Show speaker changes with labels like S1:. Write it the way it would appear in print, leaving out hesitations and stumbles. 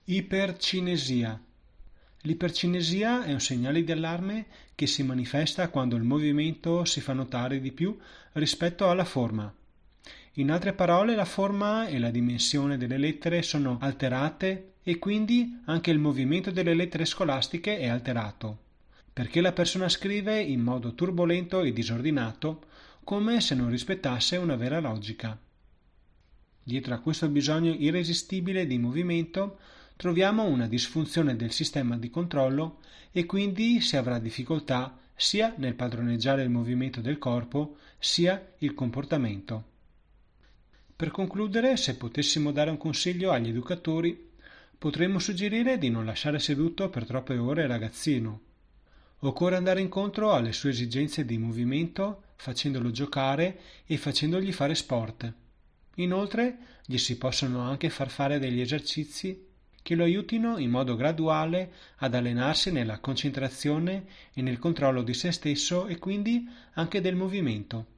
S1: Ipercinesia. L'ipercinesia è un segnale di allarme che si manifesta quando il movimento si fa notare di più rispetto alla forma. In altre parole, la forma e la dimensione delle lettere sono alterate e quindi anche il movimento delle lettere scolastiche è alterato, perché la persona scrive in modo turbolento e disordinato, come se non rispettasse una vera logica. Dietro a questo bisogno irresistibile di movimento troviamo una disfunzione del sistema di controllo e quindi si avrà difficoltà sia nel padroneggiare il movimento del corpo sia il comportamento. Per concludere, se potessimo dare un consiglio agli educatori, potremmo suggerire di non lasciare seduto per troppe ore il ragazzino. Occorre andare incontro alle sue esigenze di movimento facendolo giocare e facendogli fare sport. Inoltre, gli si possono anche far fare degli esercizi che lo aiutino in modo graduale ad allenarsi nella concentrazione e nel controllo di se stesso e quindi anche del movimento.